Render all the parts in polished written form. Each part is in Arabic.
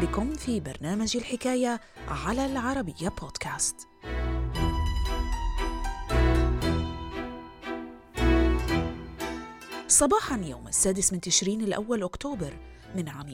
بكم في برنامج الحكاية على العربية بودكاست. صباحاً يوم 6 من تشرين الأول أكتوبر من عام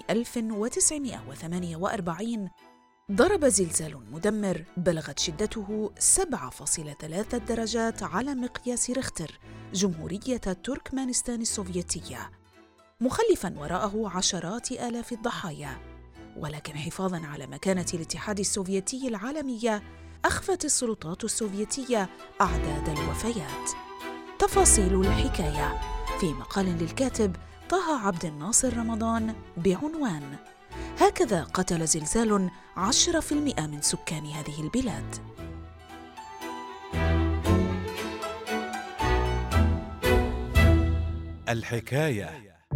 1948 ضرب زلزال مدمر بلغت شدته 7.3 درجات على مقياس ريختر جمهورية تركمانستان السوفيتية، مخلفاً وراءه عشرات آلاف الضحايا. ولكن حفاظاً على مكانة الاتحاد السوفيتي العالمية، أخفت السلطات السوفيتية أعداد الوفيات. تفاصيل الحكاية في مقال للكاتب طه عبد الناصر رمضان بعنوان: هكذا قتل زلزال 10% من سكان هذه البلاد. الحكاية.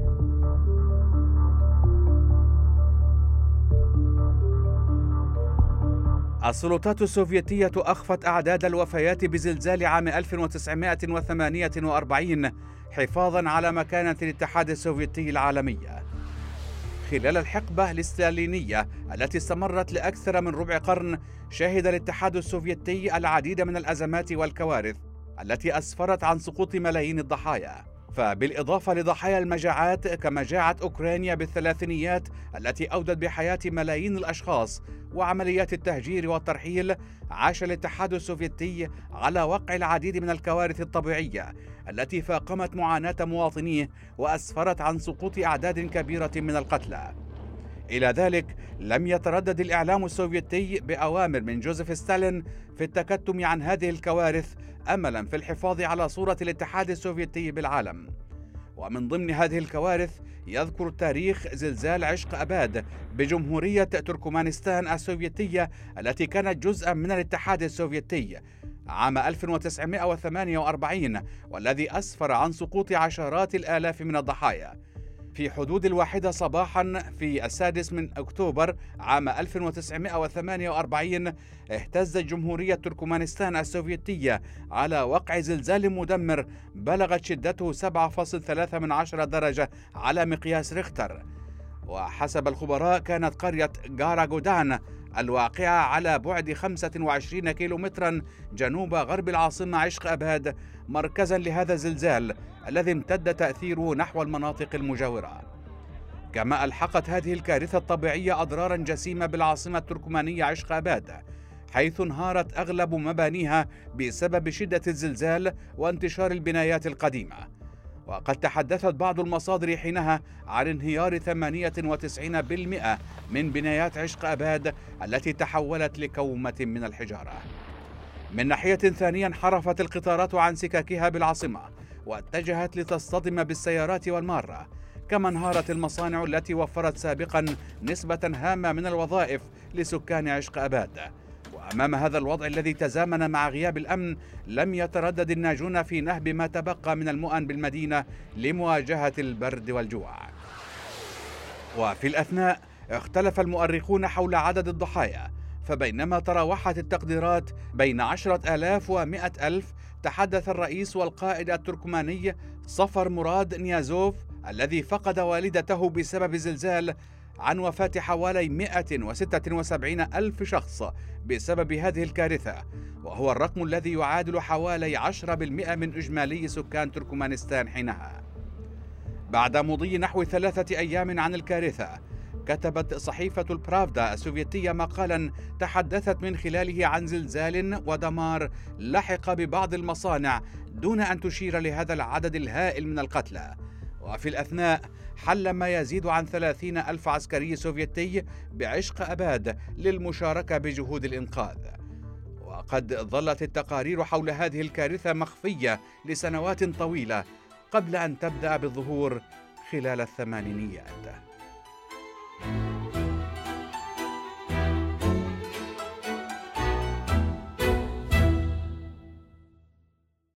السلطات السوفيتية أخفت أعداد الوفيات بزلزال عام 1948 حفاظاً على مكانة الاتحاد السوفيتي العالمي. خلال الحقبة الاستالينية التي استمرت لأكثر من ربع قرن، شهد الاتحاد السوفيتي العديد من الأزمات والكوارث التي أسفرت عن سقوط ملايين الضحايا. فبالإضافة لضحايا المجاعات كمجاعة أوكرانيا بالثلاثينيات التي أودت بحياة ملايين الأشخاص وعمليات التهجير والترحيل، عاش الاتحاد السوفيتي على وقع العديد من الكوارث الطبيعية التي فاقمت معاناة مواطنيه وأسفرت عن سقوط أعداد كبيرة من القتلى. إلى ذلك لم يتردد الإعلام السوفيتي بأوامر من جوزيف ستالين في التكتم عن هذه الكوارث أملاً في الحفاظ على صورة الاتحاد السوفيتي بالعالم. ومن ضمن هذه الكوارث يذكر التاريخ زلزال عشق أباد بجمهورية تركمانستان السوفيتية التي كانت جزءاً من الاتحاد السوفيتي عام 1948، والذي أسفر عن سقوط عشرات الآلاف من الضحايا. في حدود 1 صباحاً في 6 من أكتوبر عام 1948 اهتزت جمهورية تركمانستان السوفيتية على وقع زلزال مدمر بلغت شدته 7.3 درجة على مقياس ريختر. وحسب الخبراء كانت قرية غاراغودان الواقعة على بعد 25 كيلومتراً جنوب غرب العاصمة عشق أباد مركزاً لهذا الزلزال الذي امتد تأثيره نحو المناطق المجاورة. كما ألحقت هذه الكارثة الطبيعية أضراراً جسيمة بالعاصمة التركمانية عشق أباد، حيث انهارت أغلب مبانيها بسبب شدة الزلزال وانتشار البنايات القديمة. وقد تحدثت بعض المصادر حينها عن انهيار 98% من بنايات عشق أباد التي تحولت لكومة من الحجارة. من ناحية ثانية انحرفت القطارات عن سككها بالعاصمة واتجهت لتصطدم بالسيارات والمارة، كما انهارت المصانع التي وفرت سابقا نسبة هامة من الوظائف لسكان عشق أباد. وأمام هذا الوضع الذي تزامن مع غياب الأمن، لم يتردد الناجون في نهب ما تبقى من المؤن بالمدينة لمواجهة البرد والجوع. وفي الأثناء اختلف المؤرخون حول عدد الضحايا، فبينما تراوحت التقديرات بين 10,000 و100,000، تحدث الرئيس والقائد التركماني صفر مراد نيازوف الذي فقد والدته بسبب زلزال عن وفاة حوالي 176,000 شخص بسبب هذه الكارثة، وهو الرقم الذي يعادل حوالي 10% من إجمالي سكان تركمانستان حينها. بعد مضي نحو 3 أيام عن الكارثة، كتبت صحيفة البرافدا السوفيتية مقالاً تحدثت من خلاله عن زلزال ودمار لحق ببعض المصانع دون أن تشير لهذا العدد الهائل من القتلى. وفي الأثناء حل ما يزيد عن 30,000 عسكري سوفيتي بعشق أباد للمشاركة بجهود الإنقاذ. وقد ظلت التقارير حول هذه الكارثة مخفية لسنوات طويلة قبل أن تبدأ بالظهور خلال الثمانينيات.